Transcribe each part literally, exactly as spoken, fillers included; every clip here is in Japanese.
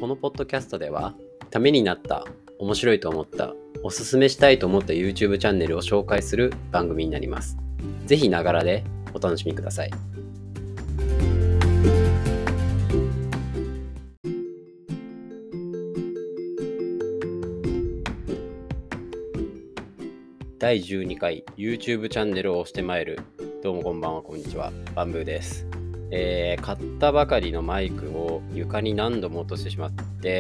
このポッドキャストでは、ためになった、面白いと思った、おすすめしたいと思った YouTube チャンネルを紹介する番組になります。ぜひながらでお楽しみください。だいじゅうにかい YouTube チャンネルを押してまいる。どうもこんばんは、こんにちは。バンブーです。えー、買ったばかりのマイクを床に何度も落としてしまって、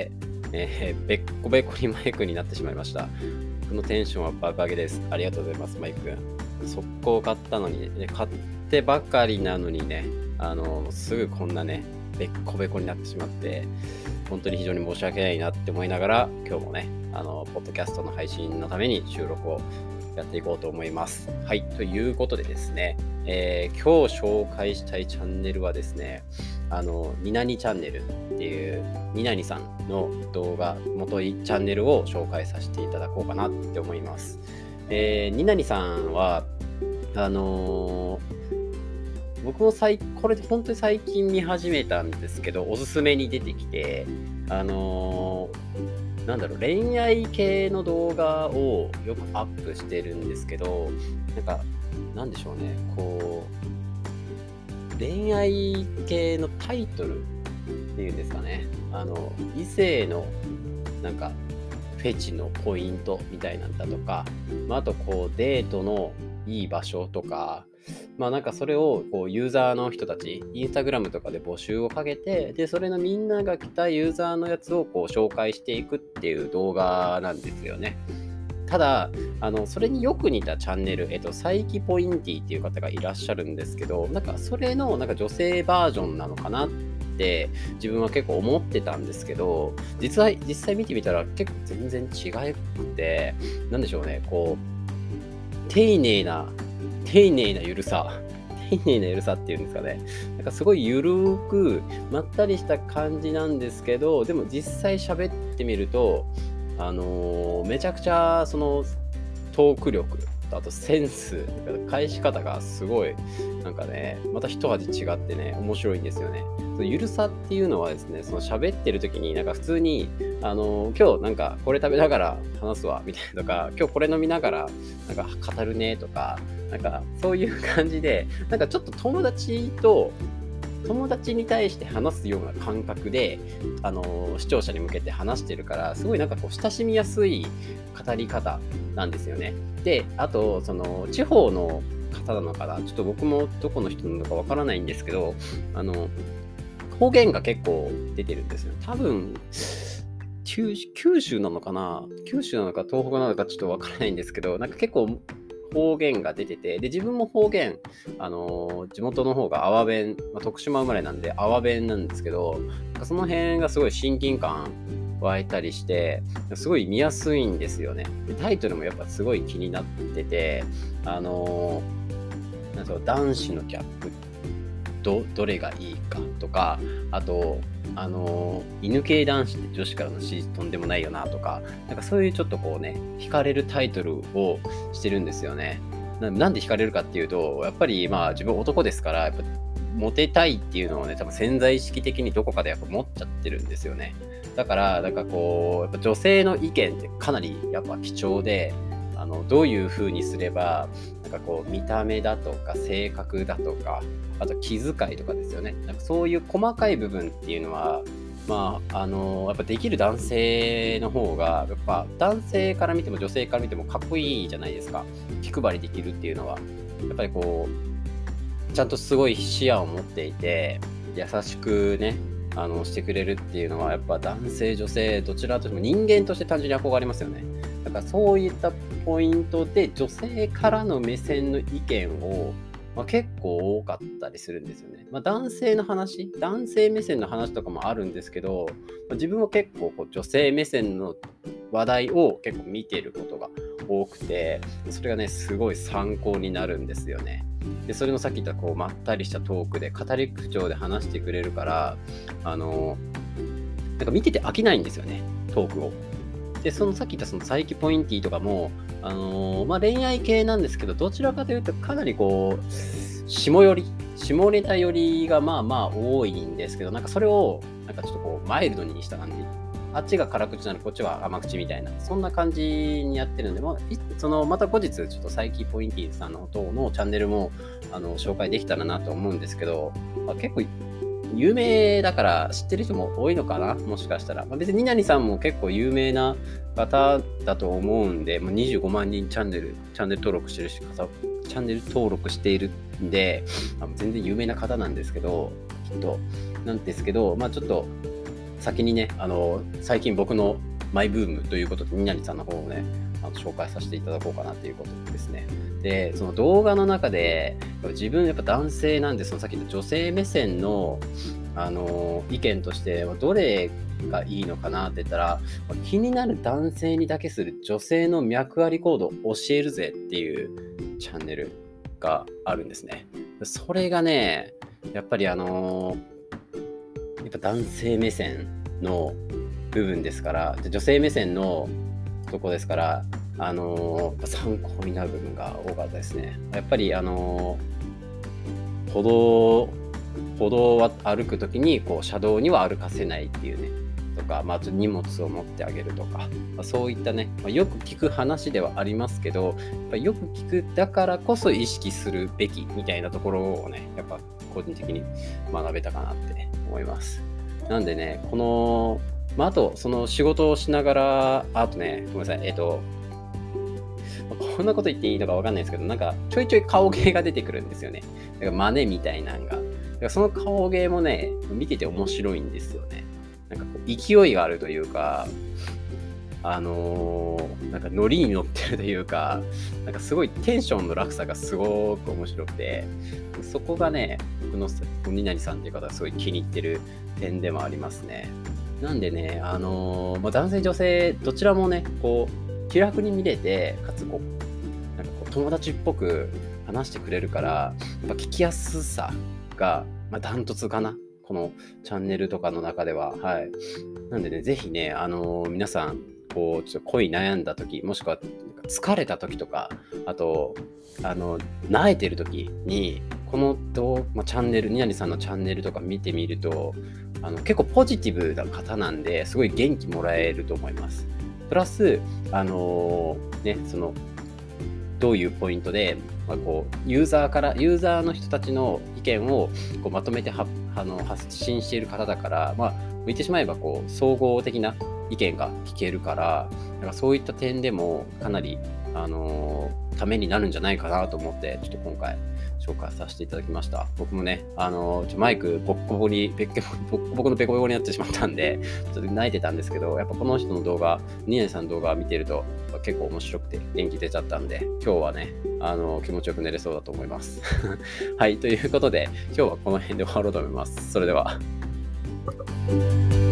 えー、べっこべこにマイクになってしまいました。僕のテンションは爆上げです。ありがとうございます、マイク君。速攻買ったのに、ね、買ってばかりなのにね、あのすぐこんなね、べっこべこになってしまって、本当に非常に申し訳ないなって思いながら、今日もね、あのポッドキャストの配信のために収録をやっていこうと思います。はい、ということでですね、えー、今日紹介したいチャンネルはですね、あのニナニチャンネルっていうニナニさんの動画元チャンネルを紹介させていただこうかなって思います。えー、ニナニさんはあのー、僕も最これ本当に最近見始めたんですけど、おすすめに出てきて、あのーなんだろう、恋愛系の動画をよくアップしてるんですけど、なんか、なんでしょうね、こう、恋愛系のタイトルっていうんですかね、あの、異性の、なんか、フェチのポイントみたいなんだとか、まあ、あと、こう、デートのいい場所とか、まあなんかそれをこうユーザーの人たち、インスタグラムとかで募集をかけて、で、それのみんなが来たユーザーのやつをこう紹介していくっていう動画なんですよね。ただ、あの、それによく似たチャンネル、えっと、サイキポインティっていう方がいらっしゃるんですけど、なんかそれのなんか女性バージョンなのかなって自分は結構思ってたんですけど、実は実際見てみたら結構全然違くて、なんでしょうね、こう、丁寧な丁寧なゆるさ丁寧なゆるさっていうんですかね、なんかすごいゆるーくまったりした感じなんですけど、でも実際喋ってみるとあのー、めちゃくちゃそのトーク力とあとセンス、返し方がすごいなんかね、また一味違ってね、面白いんですよね。そのゆるさっていうのはですね、その喋ってる時になんか普通にあのー、今日なんかこれ食べながら話すわみたいなとか、今日これ飲みながらなんか語るねとか、なんかそういう感じで、なんかちょっと友達と友達に対して話すような感覚で、あのー、視聴者に向けて話してるから、すごいなんかこう親しみやすい語り方なんですよね。で、あとその地方の方なのかな、ちょっと僕もどこの人なのかわからないんですけど、あの方言が結構出てるんですよ。多分九九州なのかな、九州なのか東北なのかちょっとわからないんですけど、なんか結構方言が出てて、で自分も方言、あのー、地元の方が阿波弁、まあ、徳島生まれなんで阿波弁なんですけど、なんかその辺がすごい親近感湧いたりして、すごい見やすいんですよね。でタイトルもやっぱすごい気になってて、あのー、なんか男子のギャップ ど, どれがいいかとか、あとあのー、犬系男子って女子からの支持とんでもないよなとか、なんかそういうちょっとこうね、惹かれるタイトルをしてるんですよね。な, なんで惹かれるかっていうと、やっぱりまあ自分男ですから、やっぱモテたいっていうのをね、多分潜在意識的にどこかでやっぱ持っちゃってるんですよね。だからなんかこう、やっぱ女性の意見ってかなりやっぱ貴重で、あのどういう風にすればなんかこう見た目だとか性格だとか、あと気遣いとかですよね。なんかそういう細かい部分っていうのは、まああのやっぱできる男性の方がやっぱ男性から見ても女性から見てもかっこいいじゃないですか。気配りできるっていうのはやっぱりこうちゃんとすごい視野を持っていて優しくね、あのしてくれるっていうのはやっぱ男性女性どちらとしても人間として単純に憧れますよね。だからそういったポイントで女性からの目線の意見を、まあ、結構多かったりするんですよね。まあ、男性の話、男性目線の話とかもあるんですけど、まあ、自分は結構こう女性目線の話題を結構見ていることが多くて、それがねすごい参考になるんですよね。でそれのさっき言ったこうまったりしたトークで語り口調で話してくれるから、あのなんか見てて飽きないんですよね、トークを。でそのさっき言ったそのサイキポインティとかも、あのーまあ、恋愛系なんですけど、どちらかというとかなりこう下寄り下ネタ寄りがまあまあ多いんですけど、なんかそれをなんかちょっとこうマイルドにした感じ、あっちが辛口なのこっちは甘口みたいな、そんな感じにやってるんで、まあ、そのまた後日ちょっとサイキーポインティーズさんの方のチャンネルもあの紹介できたらなと思うんですけど、まあ、結構有名だから知ってる人も多いのかな、もしかしたら。まあ、別にニナニさんも結構有名な方だと思うんで、まあ、にじゅうごまんにんチャンネル、チャンネル登録してるし、チャンネル登録しているんで、まあ、全然有名な方なんですけど、きっと。なんですけど、まあちょっと先にね、あの、最近僕のマイブームということで、ニナニさんの方をね、あの紹介させていただこうかなということですね。で、その動画の中で、自分やっぱ男性なんで、そのさっき言った女性目線の、あの意見として、どれがいいのかなって言ったら、気になる男性にだけする女性の脈ありコードを教えるぜっていうチャンネルがあるんですね。それがね、やっぱりあのやっぱ男性目線の部分ですから、女性目線のとこですから、あのー、参考になる部分が多かったですね。やっぱりあのー、歩道歩道を歩くときにこう車道には歩かせないっていうねとか、まあ、荷物を持ってあげるとか、まあ、そういったね、まあ、よく聞く話ではありますけど、やっぱよく聞くだからこそ意識するべきみたいなところをね、やっぱ個人的に学べたかなって思います。なんでね、この、まあ、あとその仕事をしながら、あとね、ごめんなさい、えっと、こんなこと言っていいのかわかんないですけど、なんかちょいちょい顔芸が出てくるんですよね。だから真似みたいなのが。だからその顔芸もね、見てて面白いんですよね。なんかこう勢いがあるというか、あのー、なんかノリに乗ってるというか、なんかすごいテンションの落差がすごく面白くて、そこがね、僕のニナニさんっていう方がすごい気に入ってる点でもありますね。なんでね、あのーまあ、男性女性どちらもね、こう気楽に見れて、かつこうなんかこう友達っぽく話してくれるから、やっぱ聞きやすさが、まあ、ダントツかな。このチャンネルとかの中では。はい。なんでね、ぜひね、あのー、皆さん、こう、ちょっと恋悩んだ時、もしくは疲れた時とか、あと、あの、萎えてる時に、この動、まあ、チャンネル、ニナニさんのチャンネルとか見てみると、あの結構ポジティブな方なんで、すごい元気もらえると思います。プラス、あのー、ね、その、どういうポイントで、まあ、こうユーザーからユーザーの人たちの意見をこうまとめてはあの発信している方だから、まあ、言ってしまえばこう総合的な意見が聞けるから、なんかそういった点でもかなり、あのー、ためになるんじゃないかなと思って、ちょっと今回紹介させていただきました。僕もね、あのー、ちょマイクボッコボコにベッケ僕のベコベコになってしまったんで、ちょっと泣いてたんですけど、やっぱこの人の動画、ニナニさんの動画見てると結構面白くて元気出ちゃったんで、今日はね、あのー、気持ちよく寝れそうだと思います。はい、ということで、今日はこの辺で終わろうと思います。それでは。